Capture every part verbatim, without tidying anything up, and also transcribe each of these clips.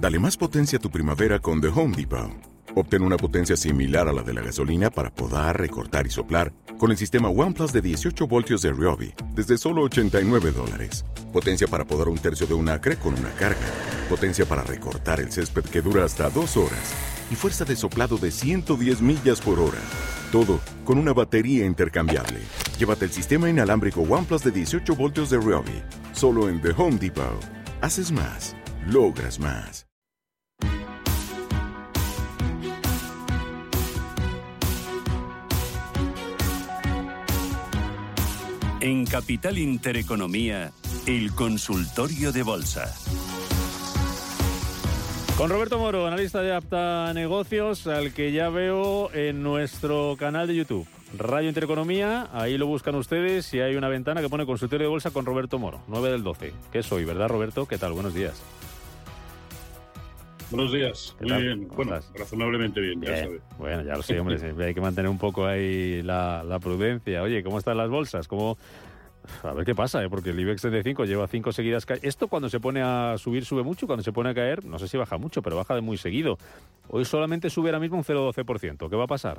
Dale más potencia a tu primavera con The Home Depot. Obtén una potencia similar a la de la gasolina para podar, recortar y soplar con el sistema OnePlus de dieciocho voltios de Ryobi desde solo ochenta y nueve dólares. Potencia para podar un tercio de un acre con una carga. Potencia para recortar el césped que dura hasta dos horas. Y fuerza de soplado de ciento diez millas por hora. Todo con una batería intercambiable. Llévate el sistema inalámbrico OnePlus de dieciocho voltios de Ryobi. Solo en The Home Depot. Haces más. Logras más. En Capital Intereconomía, el consultorio de bolsa. Con Roberto Moro, analista de Apta Negocios, al que ya veo en nuestro canal de YouTube. Radio Intereconomía, ahí lo buscan ustedes y hay una ventana que pone consultorio de bolsa con Roberto Moro, nueve del doce. ¿Qué es hoy, verdad, Roberto? ¿Qué tal? Buenos días. Buenos días. Muy bien. Bueno, estás? razonablemente bien, ya Bien. sabes. Bueno, ya lo sé, hombre, siempre hay que mantener un poco ahí la, la prudencia. Oye, ¿cómo están las bolsas? ¿Cómo... A ver qué pasa, ¿eh? Porque el IBEX treinta y cinco lleva cinco seguidas ca... Esto cuando se pone a subir sube mucho, cuando se pone a caer, no sé si baja mucho, pero baja de muy seguido. Hoy solamente sube ahora mismo un cero coma doce por ciento. ¿Qué va a pasar?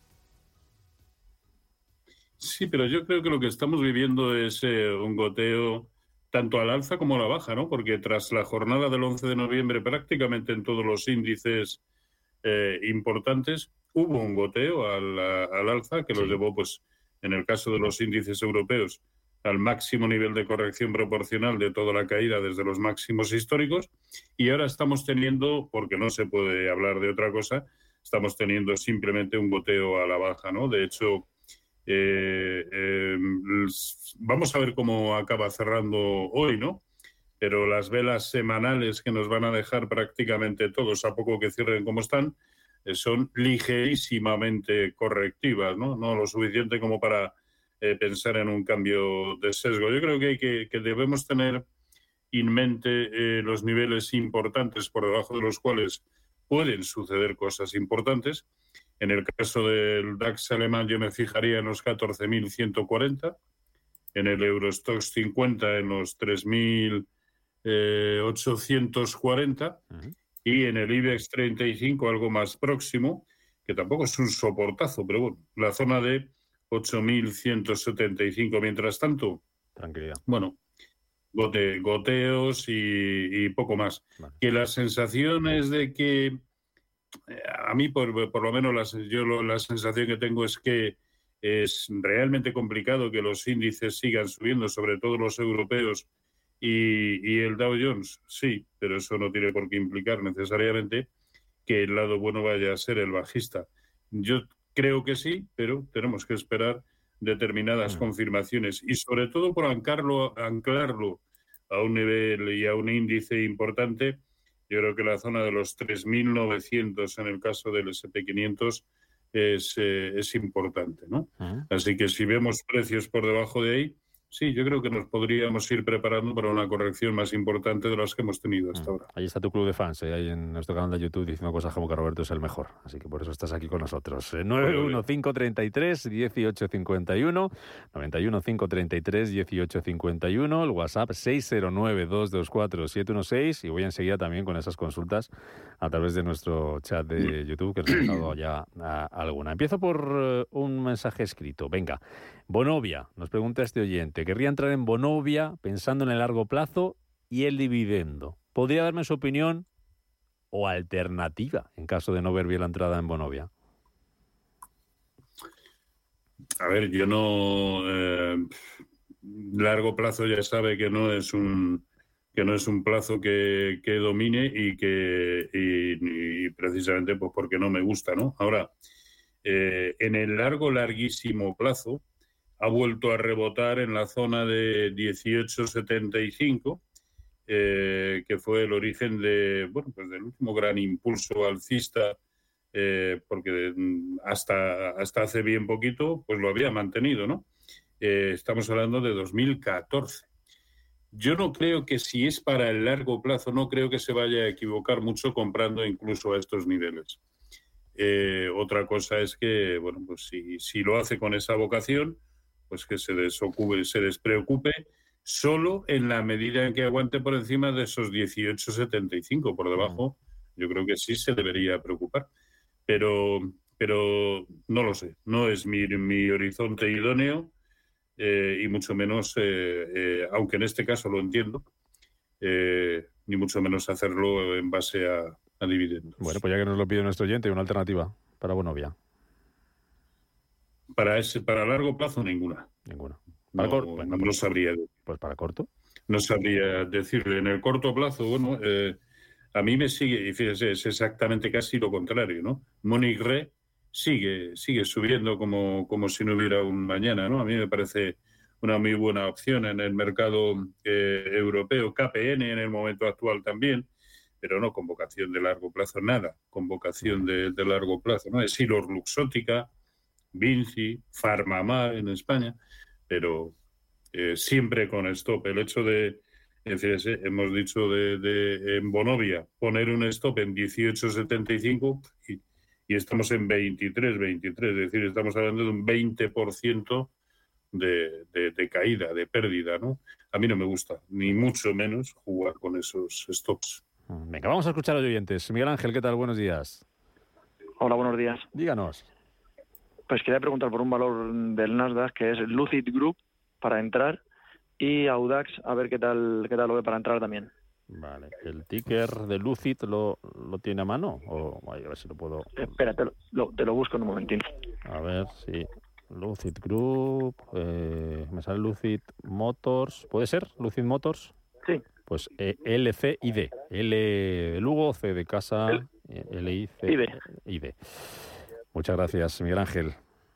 Sí, pero yo creo que lo que estamos viviendo es eh, un goteo tanto al alza como a la baja, ¿no? Porque tras la jornada del once de noviembre, prácticamente en todos los índices eh, importantes, hubo un goteo al, al alza que Sí. los llevó, pues, en el caso de los índices europeos, al máximo nivel de corrección proporcional de toda la caída desde los máximos históricos. Y ahora estamos teniendo, porque no se puede hablar de otra cosa, estamos teniendo simplemente un goteo a la baja, ¿no? De hecho, Eh, eh, vamos a ver cómo acaba cerrando hoy, ¿no? Pero las velas semanales que nos van a dejar prácticamente todos, a poco que cierren como están, eh, son ligerísimamente correctivas, ¿no? No lo suficiente como para eh, pensar en un cambio de sesgo. Yo creo que, hay que, que debemos tener en mente eh, los niveles importantes por debajo de los cuales pueden suceder cosas importantes. En el caso del DAX alemán yo me fijaría en los catorce mil ciento cuarenta, en el Eurostoxx cincuenta en los tres mil ochocientos cuarenta uh-huh. y en el IBEX treinta y cinco algo más próximo, que tampoco es un soportazo, pero bueno, la zona de ocho mil ciento setenta y cinco. Mientras tanto, tranquilidad. Bueno, gote, goteos y, y poco más. Vale. Que la sensación es de que a mí, por, por lo menos, la, yo lo, la sensación que tengo es que es realmente complicado que los índices sigan subiendo, sobre todo los europeos y, y el Dow Jones. Sí, pero eso no tiene por qué implicar necesariamente que el lado bueno vaya a ser el bajista. Yo creo que sí, pero tenemos que esperar determinadas mm. confirmaciones y sobre todo por anclarlo, anclarlo a un nivel y a un índice importante. Yo creo que la zona de los tres mil novecientos en el caso del ese and pe quinientos es, eh, es importante, ¿no? Uh-huh. Así que si vemos precios por debajo de ahí, sí, yo creo que nos podríamos ir preparando para una corrección más importante de las que hemos tenido hasta uh-huh. ahora. Ahí está tu club de fans, ¿eh? Ahí en nuestro canal de YouTube diciendo cosas como que Roberto es el mejor. Así que por eso estás aquí con nosotros. Eh, nueve uno cinco tres tres uno ocho cinco uno, nueve uno cinco tres tres uno ocho cinco uno, el WhatsApp seis cero nueve dos dos cuatro siete uno seis y voy enseguida también con esas consultas a través de nuestro chat de YouTube que os he dado ya a alguna. Empiezo por uh, un mensaje escrito. Venga, Vonovia, nos pregunta este oyente, querría entrar en Vonovia pensando en el largo plazo y el dividendo. ¿Podría darme su opinión o alternativa en caso de no ver bien la entrada en Vonovia? A ver, yo no... Eh, largo plazo ya sabe que no es un... que no es un plazo que, que domine y que y, y precisamente pues porque no me gusta, ¿no? Ahora, eh, en el largo, larguísimo plazo, ha vuelto a rebotar en la zona de dieciocho setenta y cinco, eh, que fue el origen de, bueno, pues del último gran impulso alcista, eh, porque hasta, hasta hace bien poquito pues lo había mantenido, ¿no? Eh, estamos hablando de dos mil catorce. Yo no creo que si es para el largo plazo, no creo que se vaya a equivocar mucho comprando incluso a estos niveles. Eh, otra cosa es que, bueno, pues si, si lo hace con esa vocación, pues que se desocupe, se despreocupe solo en la medida en que aguante por encima de esos dieciocho setenta y cinco. Por debajo, yo creo que sí se debería preocupar. Pero, pero no lo sé. No es mi, mi horizonte idóneo eh, y mucho menos, eh, eh, aunque en este caso lo entiendo, eh, ni mucho menos hacerlo en base a, a dividendos. Bueno, pues ya que nos lo pide nuestro oyente, una alternativa para Vonovia. Para ese, para largo plazo, ninguna. Ninguna. No, Cor- bueno, no pues, sabría. Pues para corto. No sabría decirle. En el corto plazo, bueno, eh, a mí me sigue, y fíjese, es exactamente casi lo contrario, ¿no? Munich Re sigue, sigue subiendo como, como si no hubiera un mañana, ¿no? A mí me parece una muy buena opción en el mercado eh, europeo. K P N en el momento actual también, pero no con vocación de largo plazo, nada, con vocación de, de largo plazo, ¿no? Essilor Luxótica, Vinci, Farmamar en España, pero eh, siempre con stop. El hecho de, fíjese, hemos dicho de, de en Vonovia poner un stop en dieciocho setenta y cinco y, y estamos en veintitrés veintitrés, es decir, estamos hablando de un veinte por ciento de, de, de caída, de pérdida, ¿no? A mí no me gusta, ni mucho menos jugar con esos stops. Venga, vamos a escuchar a los oyentes. Miguel Ángel, ¿qué tal? Buenos días. Hola, buenos días. Díganos. Pues quería preguntar por un valor del Nasdaq que es Lucid Group para entrar y Audax a ver qué tal qué tal lo ve para entrar también. Vale. ¿El ticker de Lucid lo, lo tiene a mano? O a ver si lo puedo... Espera, te lo, lo, te lo busco en un momentín. A ver, sí. Lucid Group, eh, me sale Lucid Motors. ¿Puede ser Lucid Motors? Sí. Pues eh, L C I D. L de Lugo, C de casa, eh, L I C I D. Muchas gracias, Miguel Ángel.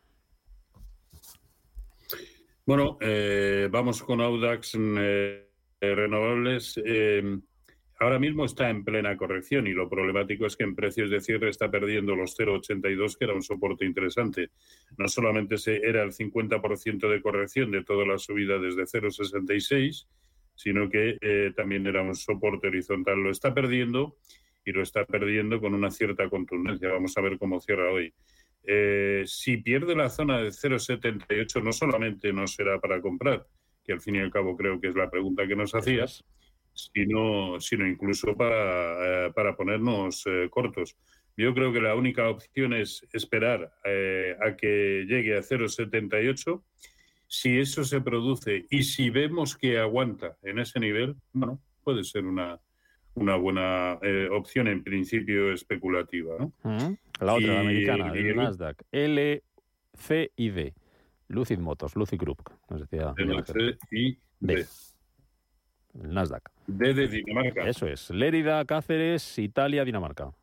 Bueno, eh, vamos con Audax eh, Renovables. Eh, ahora mismo está en plena corrección y lo problemático es que en precios de cierre está perdiendo los cero coma ochenta y dos, que era un soporte interesante. No solamente se, era el cincuenta por ciento de corrección de toda la subida desde cero coma sesenta y seis, sino que eh, también era un soporte horizontal. Lo está perdiendo y lo está perdiendo con una cierta contundencia. Vamos a ver cómo cierra hoy. Eh, si pierde la zona de cero coma setenta y ocho, no solamente no será para comprar, que al fin y al cabo creo que es la pregunta que nos hacías, sino, sino incluso para, eh, para ponernos eh, cortos. Yo creo que la única opción es esperar eh, a que llegue a cero coma setenta y ocho. Si eso se produce y si vemos que aguanta en ese nivel, bueno, puede ser una, una buena eh, opción en principio especulativa, ¿no? Uh-huh. La otra, y, la americana, y, el Nasdaq, L C I D, Lucid Motors, Lucid Group, nos decía L C I D. El Nasdaq. D de Dinamarca. Eso es, Lérida, Cáceres, Italia, Dinamarca.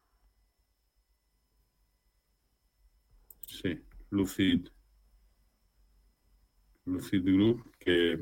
Sí, Lucid. Lucid Group, que,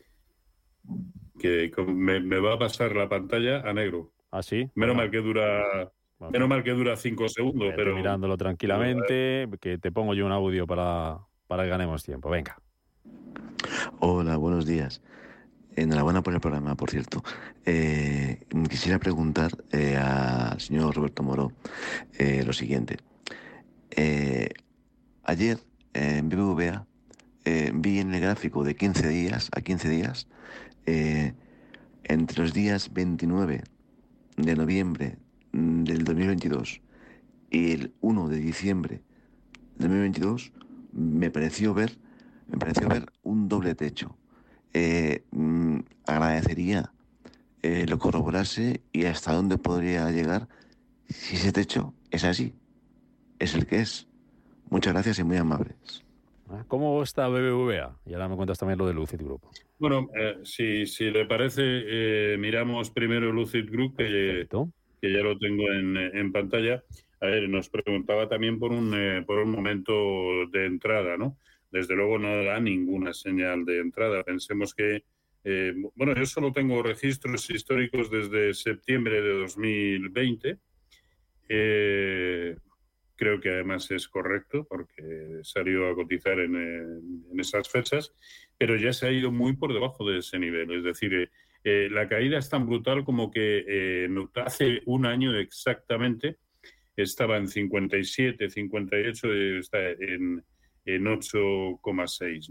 que me, me va a pasar la pantalla a negro. ¿Ah, sí? Menos Bueno. mal que dura... Bueno, menos mal que dura cinco segundos, Estoy pero... mirándolo tranquilamente, que te pongo yo un audio para, para que ganemos tiempo. Venga. Hola, buenos días. Enhorabuena por el programa, por cierto. Eh, quisiera preguntar eh, al señor Roberto Moró eh, lo siguiente. Eh, ayer eh, en B B V A eh, vi en el gráfico de quince días a quince días, eh, entre los días veintinueve de noviembre del dos mil veintidós y el uno de diciembre del dos mil veintidós, me pareció ver, me pareció ver un doble techo. Eh, mm, agradecería eh, lo corroborase y hasta dónde podría llegar si ese techo es así, es el que es. Muchas gracias y muy amables. ¿Cómo está B B V A? Y ahora me cuentas también lo de Lucid Group. Bueno, eh, si, si le parece, eh, miramos primero Lucid Group, que, que ya lo tengo en, en pantalla. A ver, nos preguntaba también por un, eh, por un momento de entrada, ¿no? Desde luego no da ninguna señal de entrada. Pensemos que, eh, bueno, yo solo tengo registros históricos desde septiembre de dos mil veinte. Eh, creo que además es correcto porque salió a cotizar en, en, en esas fechas, pero ya se ha ido muy por debajo de ese nivel. Es decir, eh, eh, la caída es tan brutal como que eh, hace un año exactamente estaba en cincuenta y siete, cincuenta y ocho, está en... en ocho coma seis, ¿no?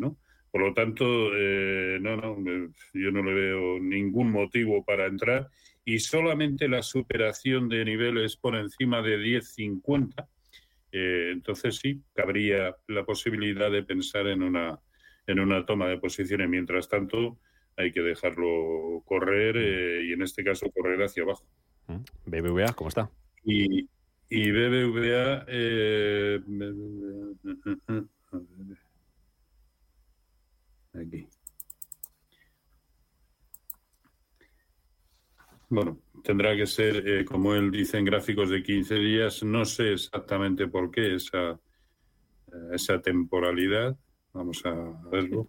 Por lo tanto, eh, no, no, yo no le veo ningún motivo para entrar, y solamente la superación de niveles por encima de diez cincuenta, eh, entonces sí, cabría la posibilidad de pensar en una, en una toma de posiciones. Mientras tanto, hay que dejarlo correr eh, y en este caso correr hacia abajo. B B V A, ¿cómo está? Y, y B B V A... Eh, aquí. Bueno, tendrá que ser, eh, como él dice, en gráficos de quince días. No sé exactamente por qué esa, esa temporalidad. Vamos a verlo.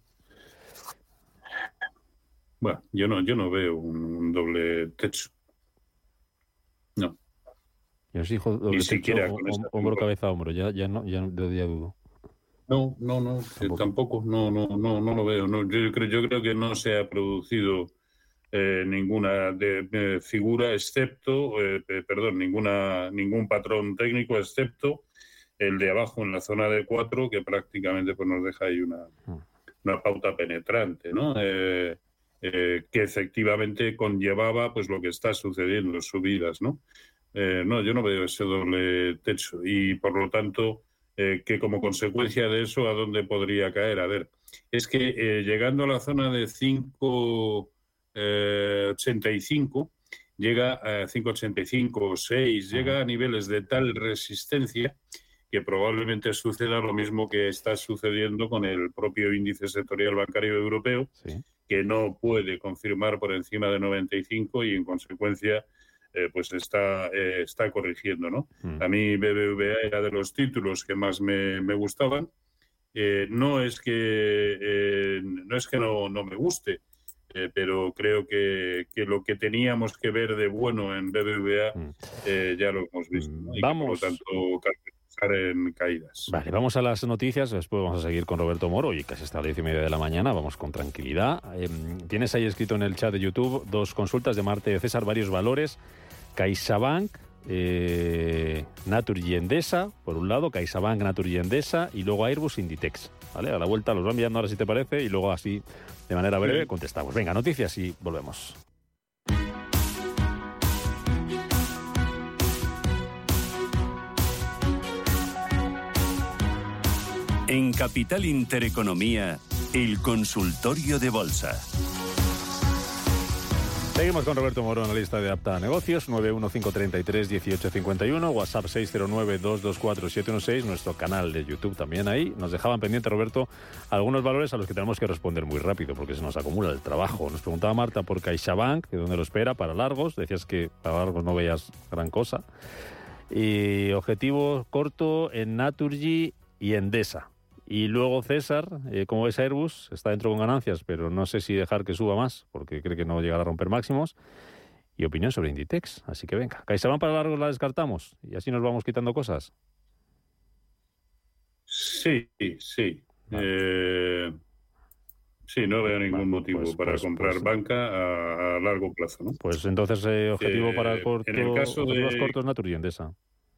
Bueno, yo no, yo no veo un, un doble techo. No. Yo sí, hijo, doble Ni techo, siquiera o, con esa hombro, cabeza, hombro. Ya, ya no, ya de día dudo. No, no, no, tampoco, eh, tampoco no, no, no, no lo veo. No, yo creo, yo creo que no se ha producido eh, ninguna de, de figura, excepto, eh, perdón, ninguna, ningún patrón técnico, excepto el de abajo en la zona de cuatro, que prácticamente pues nos deja ahí una, una pauta penetrante, ¿no? Eh, eh, que efectivamente conllevaba pues lo que está sucediendo, subidas, ¿no? Eh, no, yo no veo ese doble techo y por lo tanto eh, que como consecuencia de eso, ¿a dónde podría caer? A ver, es que eh, llegando a la zona de cinco ochenta y cinco, llega a cinco ochenta y cinco o seis, llega a niveles de tal resistencia que probablemente suceda lo mismo que está sucediendo con el propio índice sectorial bancario europeo, sí, que no puede confirmar por encima de noventa y cinco y en consecuencia eh, pues está, eh, está corrigiendo, ¿no? Mm. A mí B B V A era de los títulos que más me, me gustaban. Eh, no es que eh, no es que no, no me guste, eh, pero creo que, que lo que teníamos que ver de bueno en B B V A eh, ya lo hemos visto, ¿no? Y vamos. Que, por lo tanto, en caídas. Vale, vamos a las noticias, después vamos a seguir con Roberto Moro, y casi hasta las diez y media de la mañana, vamos con tranquilidad. Eh, tienes ahí escrito en el chat de YouTube dos consultas de Marte de César, varios valores: CaixaBank, eh, Naturgy Endesa, por un lado, CaixaBank, Naturgy Endesa, y luego Airbus, Inditex. ¿Vale? A la vuelta los van enviando ahora si te parece, y luego así, de manera breve, contestamos. Venga, noticias y volvemos. En Capital Intereconomía, el consultorio de bolsa. Seguimos con Roberto Moro, analista de Apta Negocios, nueve uno cinco tres tres uno ocho cinco uno, WhatsApp seis cero nueve dos dos cuatro siete uno seis, nuestro canal de YouTube también ahí. Nos dejaban pendiente, Roberto, algunos valores a los que tenemos que responder muy rápido porque se nos acumula el trabajo. Nos preguntaba Marta por CaixaBank, que dónde lo espera para largos. Decías que para largos no veías gran cosa. Y objetivo corto en Naturgy y Endesa. Y luego César, eh, como ves Airbus, está dentro con ganancias, pero no sé si dejar que suba más, porque cree que no llegará a romper máximos. Y opinión sobre Inditex. Así que venga, CaixaBank para largos la descartamos y así nos vamos quitando cosas. Sí, sí. Vale. Eh, sí, no veo ningún vale, motivo pues, para pues, comprar pues, banca a, a largo plazo, ¿no? Pues entonces, eh, objetivo eh, para corto, en el caso objetivos de... cortos, Naturgy Endesa.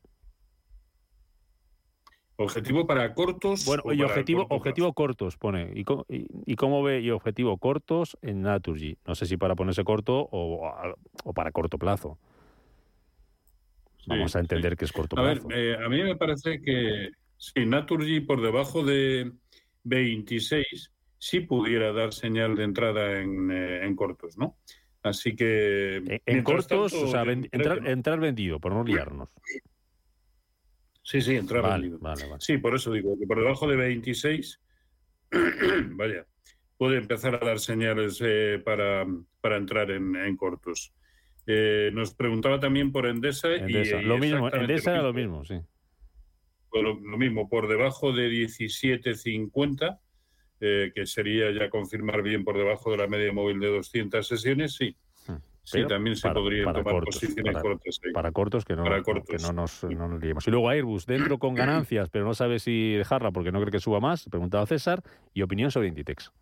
¿Objetivo para cortos? Bueno, y objetivo, objetivo cortos, pone. ¿Y cómo, y, ¿Y cómo ve? Y objetivo cortos en Naturgy. No sé si para ponerse corto o, o para corto plazo. Sí, Vamos a entender sí. que es corto a plazo. Ver, eh, a mí me parece que si Naturgy por debajo de veintiséis sí pudiera dar señal de entrada en, eh, en cortos, ¿no? Así que... En, en cortos, tanto, o sea, ven, entrar, que no. entrar vendido, por no liarnos. Sí, sí, entrar vale, vendido. Vale, vale. Sí, por eso digo que por debajo de veintiséis, vaya, puede empezar a dar señales eh, para, para entrar en, en cortos. Eh, nos preguntaba también por Endesa. Endesa. Y, lo mismo, Endesa era lo mismo, sí. Pues lo, lo mismo, por debajo de diecisiete cincuenta, eh, que sería ya confirmar bien por debajo de la media móvil de doscientas sesiones, sí. Sí, Pero también se para, podrían para tomar cortos, posiciones para, cortas. Ahí. Para cortos que no, para cortos. que no nos, no nos liemos. Y luego Airbus, dentro con ganancias, pero no sabe si dejarla porque no cree que suba más, preguntaba César, y opinión sobre Inditex.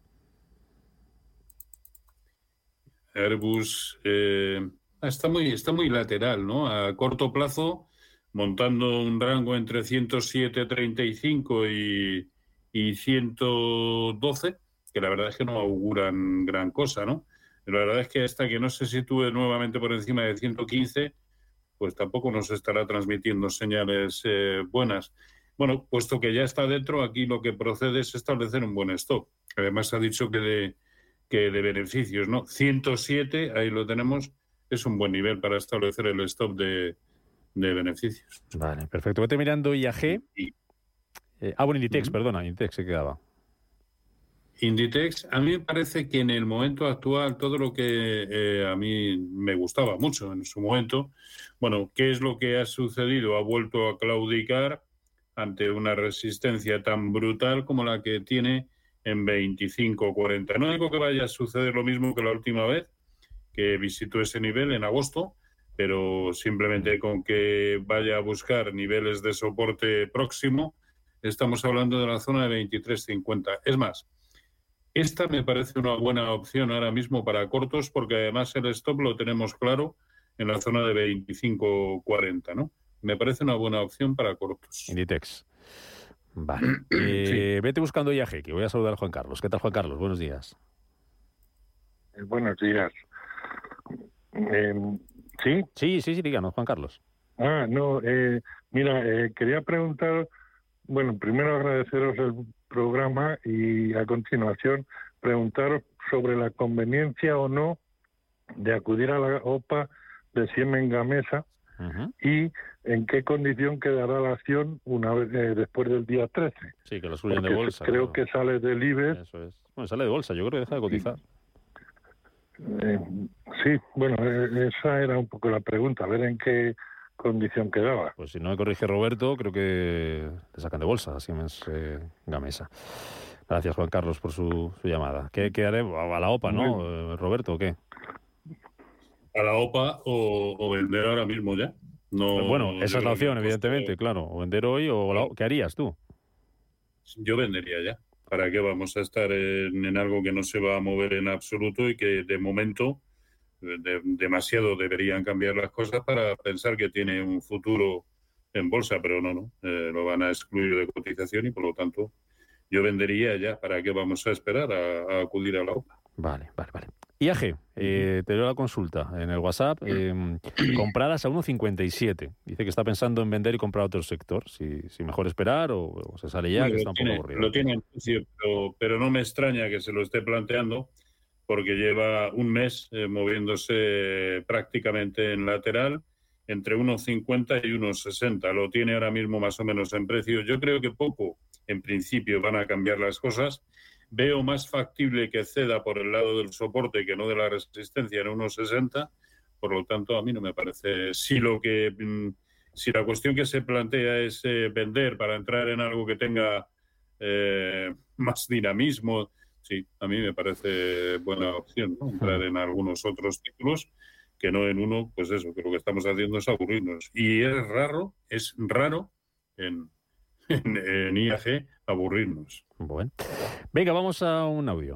Airbus eh, está, muy, está muy lateral, ¿no? A corto plazo, montando un rango entre ciento siete treinta y cinco y, y ciento doce, que la verdad es que no auguran gran cosa, ¿no? La verdad es que hasta que no se sitúe nuevamente por encima de ciento quince, pues tampoco nos estará transmitiendo señales eh, buenas. Bueno, puesto que ya está dentro, aquí lo que procede es establecer un buen stop. Además ha dicho que de, que de beneficios, ¿no? ciento siete, ahí lo tenemos, es un buen nivel para establecer el stop de, de beneficios. Vale, perfecto. Vete mirando I A G. Y, eh, ah, bueno, Inditex, uh-huh. perdona, Inditex se quedaba. Inditex, a mí me parece que en el momento actual todo lo que eh, a mí me gustaba mucho en su momento, bueno, ¿qué es lo que ha sucedido? Ha vuelto a claudicar ante una resistencia tan brutal como la que tiene en veinticinco cuarenta. No digo que vaya a suceder lo mismo que la última vez, que visitó ese nivel en agosto, pero simplemente con que vaya a buscar niveles de soporte próximo, estamos hablando de la zona de veintitrés cincuenta. Es más, esta me parece una buena opción ahora mismo para cortos, porque además el stop lo tenemos claro en la zona de veinticinco cuarenta, ¿no? Me parece una buena opción para cortos. Inditex. Vale. Eh, sí. Vete buscando I A G, que voy a saludar a Juan Carlos. ¿Qué tal, Juan Carlos? Buenos días. Eh, buenos días. Eh, ¿Sí? Sí, sí, sí, díganos, Juan Carlos. Ah, no, eh, mira, eh, quería preguntar, bueno, primero agradeceros el programa y a continuación preguntaros sobre la conveniencia o no de acudir a la OPA de Siemens Gamesa uh-huh. y en qué condición quedará la acción una vez eh, después del día trece. Sí, que lo suben de bolsa. Creo claro. que sale del I B E X. Eso es. Bueno, sale de bolsa, yo creo que deja de cotizar. Eh, sí, bueno, eh, esa era un poco la pregunta, a ver en qué condición quedaba. Pues si no me corrige Roberto, creo que le sacan de bolsa a Siemens eh, Gamesa. Gracias, Juan Carlos, por su, su llamada. ¿Qué, qué haré? A la OPA, ¿no, eh, Roberto, o qué? A la OPA o, o vender ahora mismo ya. No, bueno, esa es la opción, evidentemente, claro. O vender hoy o la, ¿qué harías tú? Yo vendería ya. ¿Para qué vamos a estar en, en algo que no se va a mover en absoluto y que de momento de, demasiado deberían cambiar las cosas para pensar que tiene un futuro en bolsa? Pero no, no. Eh, lo van a excluir de cotización y por lo tanto yo vendería ya. ¿Para qué vamos a esperar a, a acudir a la OPA? Vale, vale, vale. I A G, eh, te doy la consulta en el WhatsApp. Eh, compradas a uno cincuenta y siete. Dice que está pensando en vender y comprar otro sector. Si, si mejor esperar o, o se sale ya, sí, que está un tiene, poco aburrido. Lo tiene en precio, pero, pero no me extraña que se lo esté planteando porque lleva un mes eh, moviéndose prácticamente en lateral entre uno cincuenta y uno sesenta. Lo tiene ahora mismo más o menos en precio. Yo creo que poco, en principio, van a cambiar las cosas. Veo más factible que ceda por el lado del soporte que no de la resistencia en uno sesenta. Por lo tanto, a mí no me parece. Si lo que, si la cuestión que se plantea es eh, vender para entrar en algo que tenga eh, más dinamismo, sí, a mí me parece buena opción, ¿no? Entrar en algunos otros títulos que no en uno, pues eso, que lo que estamos haciendo es aburrirnos. Y es raro, es raro en, en, en I A G aburrirnos. Bueno. Venga, vamos a un audio.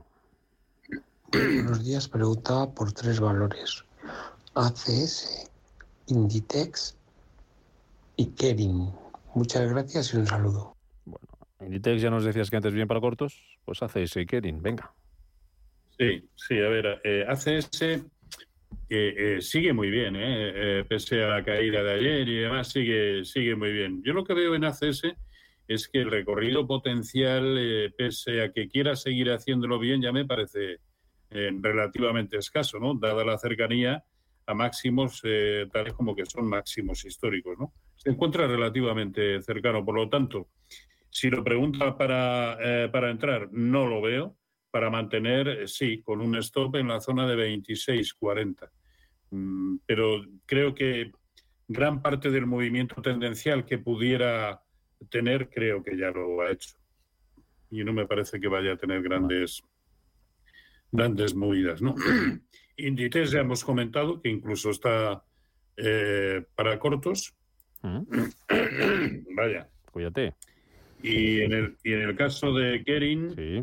Buenos días, preguntaba por tres valores: A C S, Inditex y Kering. Muchas gracias y un saludo. Bueno, Inditex ya nos decías que antes bien para cortos, pues A C S y Kering, venga. Sí, sí, a ver, eh, A C S eh, eh, sigue muy bien, eh, eh, pese a la caída de ayer y demás, sigue, sigue muy bien. Yo lo que veo en A C S es que el recorrido potencial, eh, pese a que quiera seguir haciéndolo bien, ya me parece eh, relativamente escaso, ¿no? Dada la cercanía a máximos eh, tales como que son máximos históricos, ¿no? Se encuentra relativamente cercano. Por lo tanto, si lo pregunta para, eh, para entrar, no lo veo. Para mantener, eh, sí, con un stop en la zona de veintiséis cuarenta. Mm, pero creo que gran parte del movimiento tendencial que pudiera tener, creo que ya lo ha hecho. Y no me parece que vaya a tener grandes, grandes movidas, ¿no? Inditex ya hemos comentado que incluso está eh, para cortos. ¿Mm? Vaya. Cuídate. Y en el, y en el caso de Kering, sí.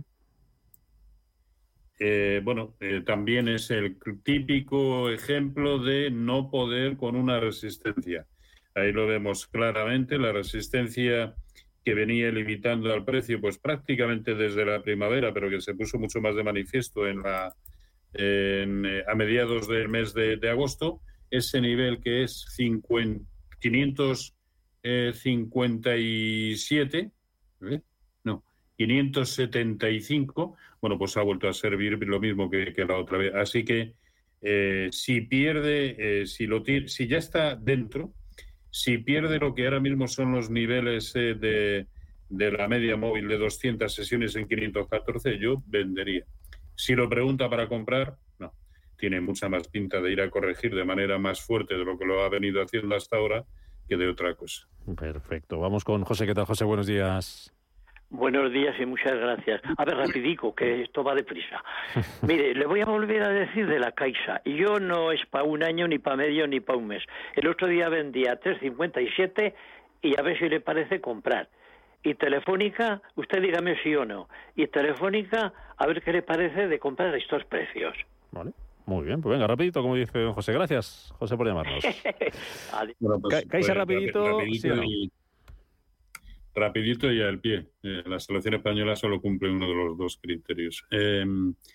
eh, bueno, eh, también es el típico ejemplo de no poder con una resistencia. Ahí lo vemos claramente, la resistencia que venía limitando al precio pues prácticamente desde la primavera, pero que se puso mucho más de manifiesto en la en, eh, a mediados del mes de, de agosto, ese nivel que es cincuenta, quinientos cincuenta y siete, ¿eh? no, quinientos setenta y cinco, bueno, pues ha vuelto a servir lo mismo que, que la otra vez. Así que eh, si pierde, eh, si, lo si ya está dentro, si pierde lo que ahora mismo son los niveles eh, de, de la media móvil de doscientas sesiones en quinientos catorce, yo vendería. Si lo pregunta para comprar, no. Tiene mucha más pinta de ir a corregir de manera más fuerte de lo que lo ha venido haciendo hasta ahora que de otra cosa. Perfecto. Vamos con José. ¿Qué tal, José? Buenos días. Buenos días y muchas gracias. A ver, rapidico, que esto va deprisa. Mire, le voy a volver a decir de la Caixa. Y yo no es para un año, ni para medio, ni para un mes. El otro día vendía tres cincuenta y siete y a ver si le parece comprar. Y Telefónica, usted dígame sí o no. Y Telefónica, a ver qué le parece de comprar a estos precios. Vale, muy bien. Pues venga, rapidito, como dice don José. Gracias, José, por llamarnos. Bueno, pues, Ca Caixa pues, rapidito, rapidito, ¿sí o no? y, rapidito y al pie. Eh, la selección española solo cumple uno de los dos criterios. Eh,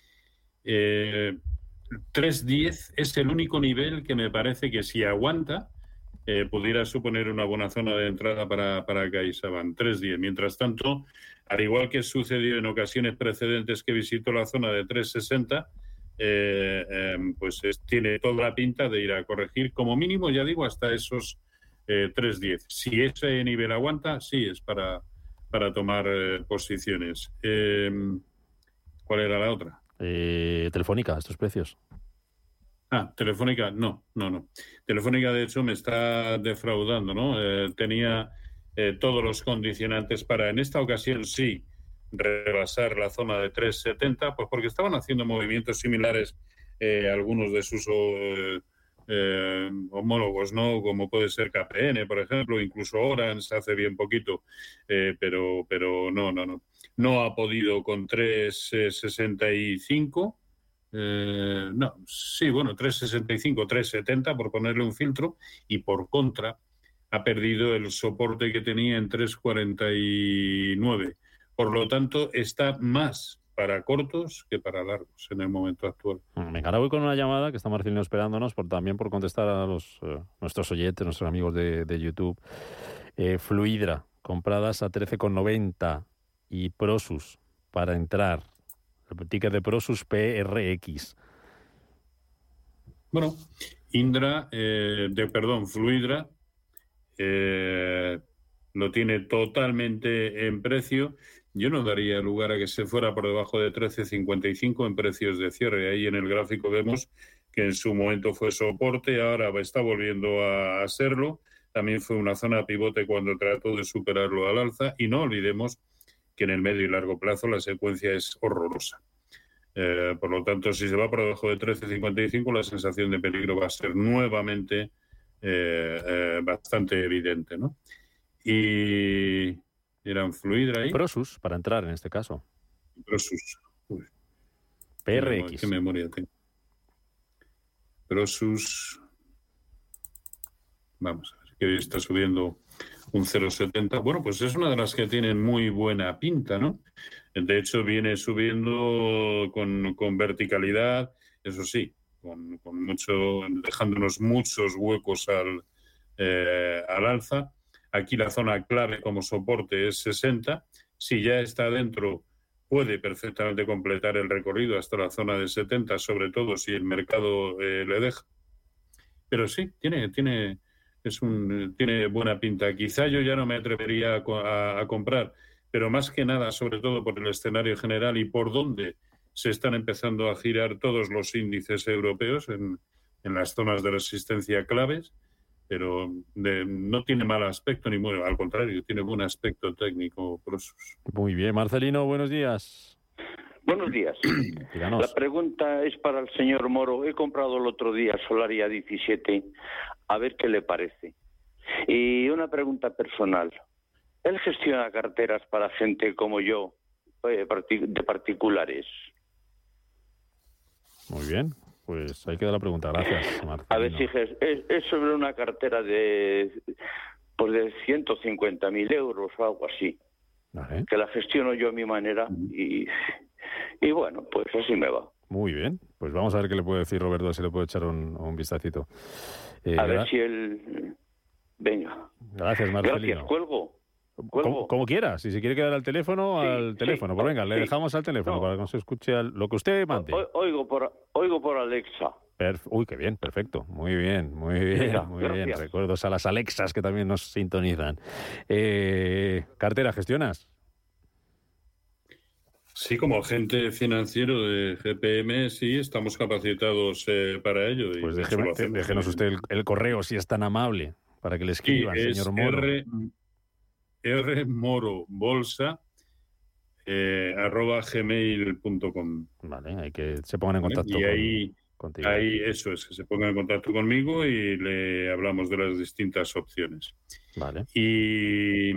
eh, tres diez es el único nivel que me parece que si aguanta Eh, pudiera suponer una buena zona de entrada para, para CaixaBank, tres diez. Mientras tanto, al igual que sucedió en ocasiones precedentes que visitó la zona de tres sesenta, eh, eh, pues es, tiene toda la pinta de ir a corregir, como mínimo, ya digo, hasta esos eh, tres diez. Si ese nivel aguanta, sí, es para, para tomar eh, posiciones. Eh, ¿Cuál era la otra? Eh, Telefónica, estos precios. Ah, Telefónica, no, no, no. Telefónica, de hecho, me está defraudando, ¿no? Eh, tenía eh, todos los condicionantes para, en esta ocasión, sí, rebasar la zona de tres setenta, pues porque estaban haciendo movimientos similares eh, algunos de sus eh, eh, homólogos, ¿no? Como puede ser K P N, por ejemplo, incluso Orange hace bien poquito, eh, pero, pero no, no, no. No ha podido con tres sesenta y cinco. Eh, no, sí, bueno, tres sesenta y cinco, tres setenta por ponerle un filtro, y por contra ha perdido el soporte que tenía en tres cuarenta y nueve. Por lo tanto, está más para cortos que para largos en el momento actual. Venga, ahora voy con una llamada que está Marcelino esperándonos, por, también por contestar a los eh, nuestros oyentes, nuestros amigos de, de YouTube. Eh, Fluidra, compradas a trece con noventa, y Prosus para entrar. El ticker de Prosus P R X. Bueno, Indra, eh, de perdón, Fluidra, eh, lo tiene totalmente en precio. Yo no daría lugar a que se fuera por debajo de trece cincuenta y cinco en precios de cierre. Ahí en el gráfico vemos que en su momento fue soporte, ahora está volviendo a, a serlo. También fue una zona pivote cuando trató de superarlo al alza. Y no olvidemos que en el medio y largo plazo la secuencia es horrorosa. Eh, por lo tanto, si se va por debajo de trece cincuenta y cinco, la sensación de peligro va a ser nuevamente eh, eh, bastante evidente, ¿no? Y eran Fluidra ahí. Prosus, para entrar en este caso. Prosus. Uy, P R X. ¿Qué memoria tengo? Prosus. Vamos a ver, que hoy está subiendo un cero coma setenta. Bueno, pues es una de las que tienen muy buena pinta, ¿no? De hecho, viene subiendo con, con verticalidad, eso sí, con, con mucho, dejándonos muchos huecos al, eh, al alza. Aquí la zona clave como soporte es sesenta. Si ya está dentro, puede perfectamente completar el recorrido hasta la zona de setenta, sobre todo si el mercado eh, le deja. Pero sí, tiene... tiene Es un, tiene buena pinta. Quizá yo ya no me atrevería a, a, a comprar, pero más que nada, sobre todo por el escenario general y por dónde se están empezando a girar todos los índices europeos en, en las zonas de resistencia claves, pero de, no tiene mal aspecto, ni bueno, al contrario, tiene buen aspecto técnico. Prosus. Muy bien, Marcelino, buenos días. Buenos días. Díganos. La pregunta es para el señor Moro. He comprado el otro día Solaria diecisiete, a ver qué le parece. Y una pregunta personal. ¿Él gestiona carteras para gente como yo, de particulares? Muy bien, pues ahí queda la pregunta. Gracias, Marcelino. A ver si es, es sobre una cartera de pues de ciento cincuenta mil euros o algo así. Vale. Que la gestiono yo a mi manera y, y bueno, pues así me va. Muy bien, pues vamos a ver qué le puede decir Roberto, si le puede echar un, un vistacito. Eh, a ver gra- si él... Venga. Gracias, Marcelino. Gracias, cuelgo. cuelgo. Como, como quiera, si se quiere quedar al teléfono, Sí, al sí, teléfono. Pues venga, le sí. dejamos al teléfono No. para que no se escuche al- lo que usted mande. O- oigo, por, oigo por Alexa. Perf- Uy, qué bien, perfecto. Muy bien, muy bien, Venga, muy bien. gracias. Recuerdos a las Alexas que también nos sintonizan. Eh, cartera, ¿gestionas? Sí, como agente financiero de G P M, sí, estamos capacitados eh, para ello. y Pues de hecho déjeme- lo hacemos. déjenos usted el, el correo, si es tan amable, para que le Sí, escriban, es señor Moro. R, R Moro Bolsa eh, arroba gmail punto com. Vale, hay que se pongan en ¿Vale? contacto Y ahí, con, contigo. ahí eso es, que se ponga en contacto conmigo y le hablamos de las distintas opciones. Vale. Y,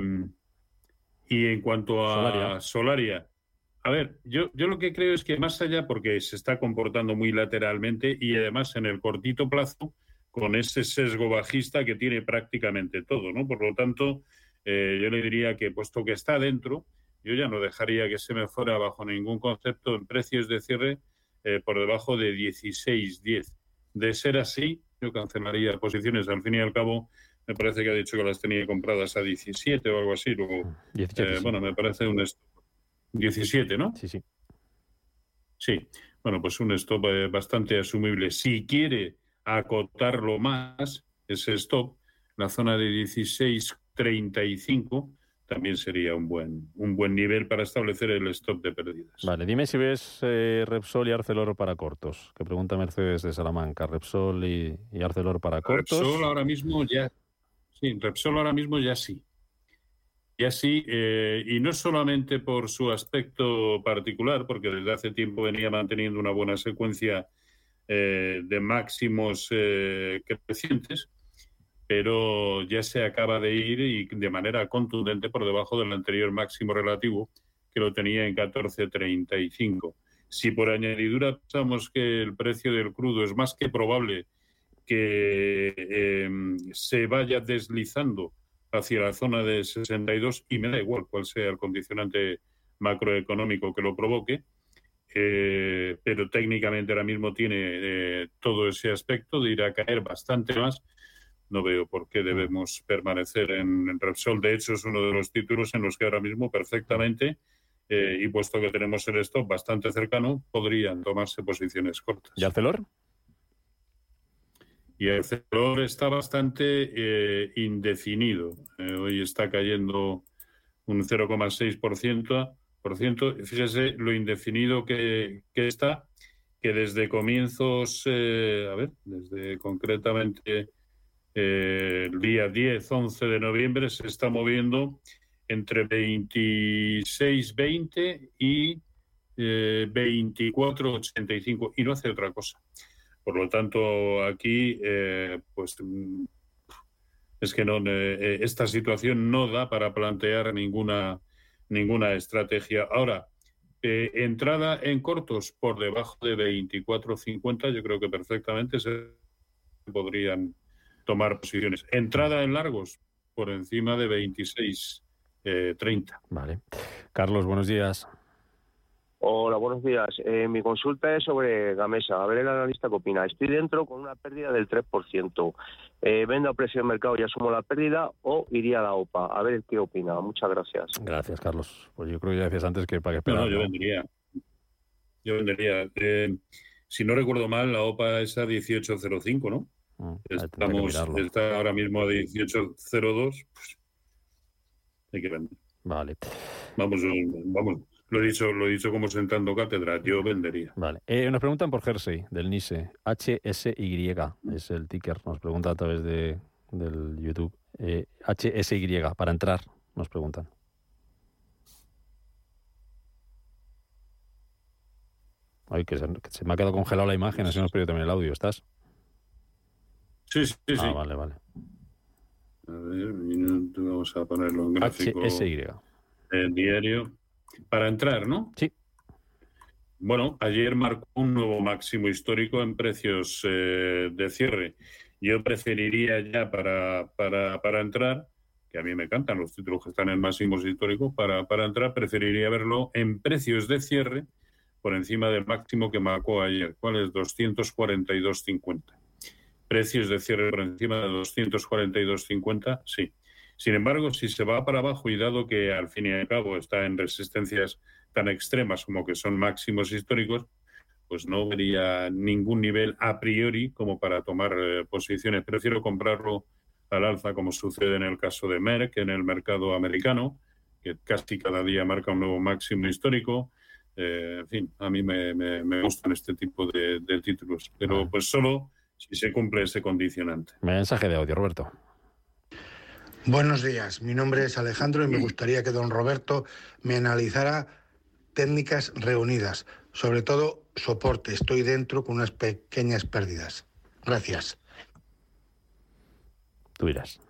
y en cuanto a Solaria. Solaria, a ver, yo, yo lo que creo es que más allá, porque se está comportando muy lateralmente y además en el cortito plazo, con ese sesgo bajista que tiene prácticamente todo, ¿no? Por lo tanto, eh, yo le diría que puesto que está dentro, yo ya no dejaría que se me fuera bajo ningún concepto en precios de cierre eh, por debajo de dieciséis diez. De ser así, yo cancelaría posiciones. Al fin y al cabo, me parece que ha dicho que las tenía compradas a diecisiete o algo así. Luego, diecisiete, eh, sí. bueno, me parece un stop. diecisiete, ¿no? Sí, sí. Sí. Bueno, pues un stop eh, bastante asumible. Si quiere acotarlo más, ese stop, la zona de dieciséis treinta y cinco, también sería un buen un buen nivel para establecer el stop de pérdidas. Vale, dime si ves eh, Repsol y Arcelor para cortos, que pregunta Mercedes de Salamanca. Repsol y, y Arcelor para cortos. Repsol ahora mismo ya, sí, Repsol ahora mismo ya sí. Ya sí, eh, y no solamente por su aspecto particular, porque desde hace tiempo venía manteniendo una buena secuencia eh, de máximos eh, crecientes, pero ya se acaba de ir y de manera contundente por debajo del anterior máximo relativo, que lo tenía en catorce treinta y cinco. Si por añadidura pensamos que el precio del crudo es más que probable que eh, se vaya deslizando hacia la zona de sesenta y dos, y me da igual cuál sea el condicionante macroeconómico que lo provoque, eh, pero técnicamente ahora mismo tiene eh, todo ese aspecto de ir a caer bastante más. No veo por qué debemos permanecer en, en Repsol. De hecho, es uno de los títulos en los que ahora mismo perfectamente, eh, y puesto que tenemos el stop bastante cercano, podrían tomarse posiciones cortas. ¿Y Arcelor? Y el Arcelor está bastante eh, indefinido. Eh, hoy está cayendo un cero coma seis por ciento. Por ciento. Fíjese lo indefinido que, que está, que desde comienzos, eh, a ver, desde concretamente eh, el día diez, once de noviembre se está moviendo entre veintiséis veinte y eh, veinticuatro ochenta y cinco y no hace otra cosa. Por lo tanto, aquí, eh, pues es que no, eh, esta situación no da para plantear ninguna, ninguna estrategia. Ahora, eh, entrada en cortos por debajo de veinticuatro cincuenta, yo creo que perfectamente se podrían tomar posiciones. Entrada en largos por encima de veintiséis treinta. Vale. Carlos, buenos días. Hola, buenos días. Eh, mi consulta es sobre Gamesa. A ver el analista qué opina. Estoy dentro con una pérdida del tres por ciento. Eh, ¿Vendo a precio de mercado y asumo la pérdida o iría a la O P A? A ver qué opina. Muchas gracias. Gracias, Carlos. Pues yo creo que ya decías antes que para qué esperar. No, no, yo ¿no? vendería. Yo vendería. Eh, si no recuerdo mal, la O P A es a dieciocho cero cinco, ¿no? Mm, Estamos, está ahora mismo a dieciocho cero dos. Pues hay que vender. Vale. Vamos, vamos. Lo he dicho, lo he dicho como sentando cátedra. Yo vendería. Vale. Eh, nos preguntan por Jersey, del NISE. H S Y es el ticker. Nos pregunta a través de del YouTube. Eh, H S Y, para entrar, nos preguntan. Ay, que se, que se me ha quedado congelado la imagen, así hemos perdido también el audio. ¿Estás? Sí, sí, sí. Ah, vale, vale. A ver, minuto, vamos a ponerlo en gráfico. H S Y. El diario. Para entrar, ¿no? Sí. Bueno, ayer marcó un nuevo máximo histórico en precios eh, de cierre. Yo preferiría ya para, para, para entrar que a mí me encantan los títulos que están en máximos históricos, para, para entrar preferiría verlo en precios de cierre por encima del máximo que marcó ayer. ¿Cuál es? doscientos cuarenta y dos cincuenta. Precios de cierre por encima de doscientos cuarenta y dos cincuenta, sí. Sin embargo, si se va para abajo y dado que al fin y al cabo está en resistencias tan extremas como que son máximos históricos, pues no vería ningún nivel a priori como para tomar eh, posiciones. Prefiero comprarlo al alza, como sucede en el caso de Merck, en el mercado americano, que casi cada día marca un nuevo máximo histórico. Eh, en fin, a mí me, me, me gustan este tipo de, de títulos, pero pues solo si se cumple ese condicionante. Mensaje de audio, Roberto. Buenos días, mi nombre es Alejandro y me gustaría que don Roberto me analizara técnicas reunidas, sobre todo soporte. Estoy dentro con unas pequeñas pérdidas. Gracias. Tú dirás.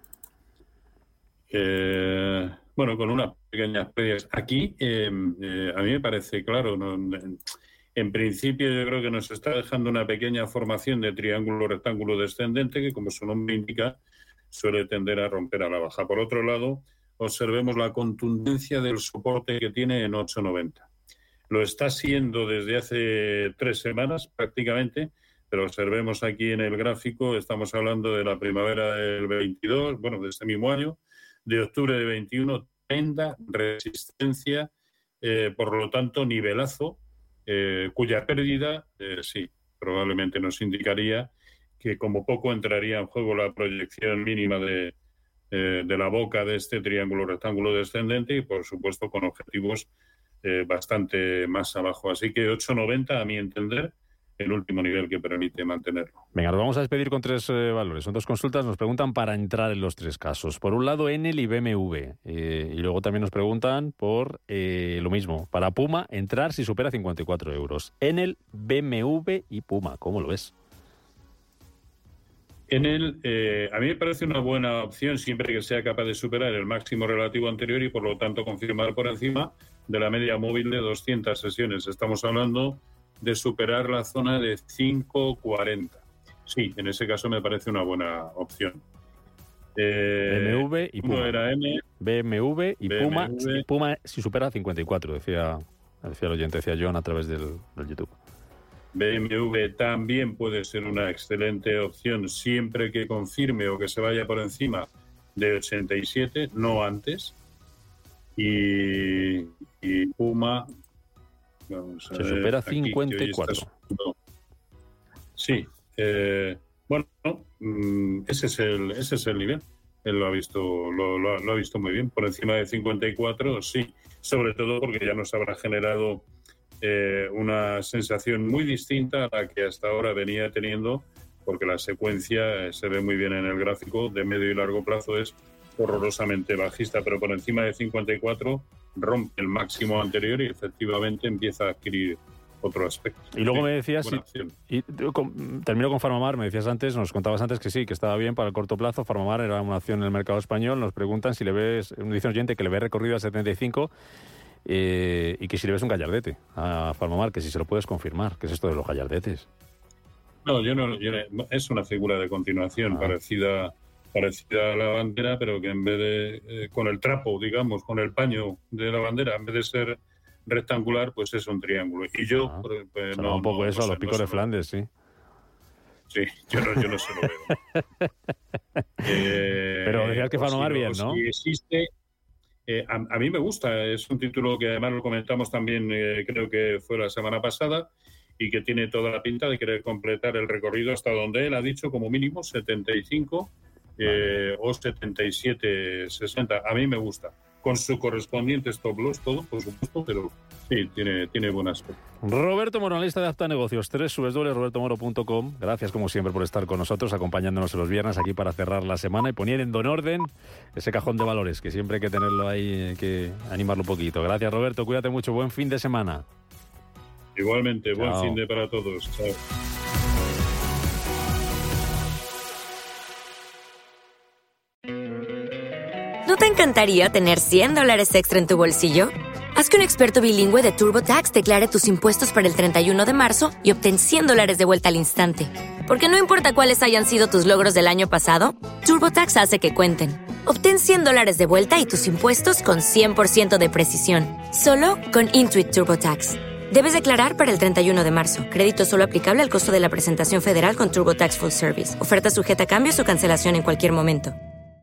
Eh, bueno, con unas pequeñas pérdidas. Aquí, eh, eh, a mí me parece claro, ¿no? En, en principio yo creo que nos está dejando una pequeña formación de triángulo rectángulo descendente que, como su nombre indica, suele tender a romper a la baja. Por otro lado, observemos la contundencia del soporte que tiene en ocho noventa. Lo está siendo desde hace tres semanas prácticamente, pero observemos aquí en el gráfico, estamos hablando de la primavera del veintidós, bueno, de este mismo año, de octubre de veintiuno, tremenda resistencia, eh, por lo tanto, nivelazo, eh, cuya pérdida, eh, sí, probablemente nos indicaría que como poco entraría en juego la proyección mínima de, eh, de la boca de este triángulo rectángulo descendente y, por supuesto, con objetivos eh, bastante más abajo. Así que ocho noventa, a mi entender, el último nivel que permite mantenerlo. Venga, nos vamos a despedir con tres eh, valores. Son dos consultas, nos preguntan para entrar en los tres casos. Por un lado, Enel y B M W. Eh, y luego también nos preguntan por eh, lo mismo. Para Puma, entrar si supera cincuenta y cuatro euros. Enel, B M W y Puma. ¿Cómo lo ves? Enel, eh, a mí me parece una buena opción siempre que sea capaz de superar el máximo relativo anterior y, por lo tanto, confirmar por encima de la media móvil de doscientas sesiones. Estamos hablando de superar la zona de cinco cuarenta. Sí, en ese caso me parece una buena opción. Eh, B M W y Puma. Era M, B M W y B M W. Puma. Puma si supera cincuenta y cuatro, decía, decía el oyente, decía John a través del, del YouTube. B M W también puede ser una excelente opción siempre que confirme o que se vaya por encima de ochenta y siete, no antes. Y, y Puma... Vamos a se ver, supera aquí, cincuenta y cuatro. Está... Sí. Eh, bueno, mm, ese es el ese es el nivel. Él lo ha visto lo, lo, lo ha visto muy bien. Por encima de cincuenta y cuatro, sí. Sobre todo porque ya nos habrá generado eh, una sensación muy distinta a la que hasta ahora venía teniendo, porque la secuencia eh, se ve muy bien en el gráfico de medio y largo plazo, es horrorosamente bajista, pero por encima de cincuenta y cuatro rompe el máximo anterior y efectivamente empieza a adquirir otro aspecto. Y luego sí, me decías, y, y, con, termino con Farmamar, me decías antes, nos contabas antes que sí, que estaba bien para el corto plazo. Farmamar era una opción en el mercado español. Nos preguntan si le ves, dice un oyente que le ve recorrido a setenta y cinco eh, y que si le ves un gallardete a Farmamar, que si se lo puedes confirmar. ¿Qué es esto de los gallardetes? No, yo no, yo no es una figura de continuación ah. parecida parecida a la bandera, pero que en vez de eh, con el trapo, digamos, con el paño de la bandera, en vez de ser rectangular, pues es un triángulo. Y yo ah, pues, no, un poco no, eso, no sé, a los picos no de Flandes, sí. Sí, yo no, yo no se lo veo. eh, pero decías que Farmamar bien, ¿no? Si existe, eh, a, a mí me gusta, es un título que además lo comentamos también, eh, creo que fue la semana pasada, y que tiene toda la pinta de querer completar el recorrido hasta donde él ha dicho como mínimo setenta y cinco eh, o setenta y siete sesenta. A mí me gusta. Con su correspondiente stop loss, todo, por supuesto, pero sí, tiene, tiene buen aspecto. Roberto Moro, analista de Apta Negocios, doble u doble u doble u punto roberto moro punto com. Gracias, como siempre, por estar con nosotros, acompañándonos los viernes aquí para cerrar la semana y poniendo en orden ese cajón de valores, que siempre hay que tenerlo ahí, hay que animarlo un poquito. Gracias, Roberto, cuídate mucho, buen fin de semana. Igualmente, Chao. Buen fin de para todos. Chao. ¿No te encantaría tener cien dólares extra en tu bolsillo? Haz que un experto bilingüe de TurboTax declare tus impuestos para el treinta y uno de marzo y obtén cien dólares de vuelta al instante. Porque no importa cuáles hayan sido tus logros del año pasado, TurboTax hace que cuenten. Obtén cien dólares de vuelta y tus impuestos con cien por ciento de precisión. Solo con Intuit TurboTax. Debes declarar para el treinta y uno de marzo. Crédito solo aplicable al costo de la presentación federal con TurboTax Full Service. Oferta sujeta a cambios o cancelación en cualquier momento.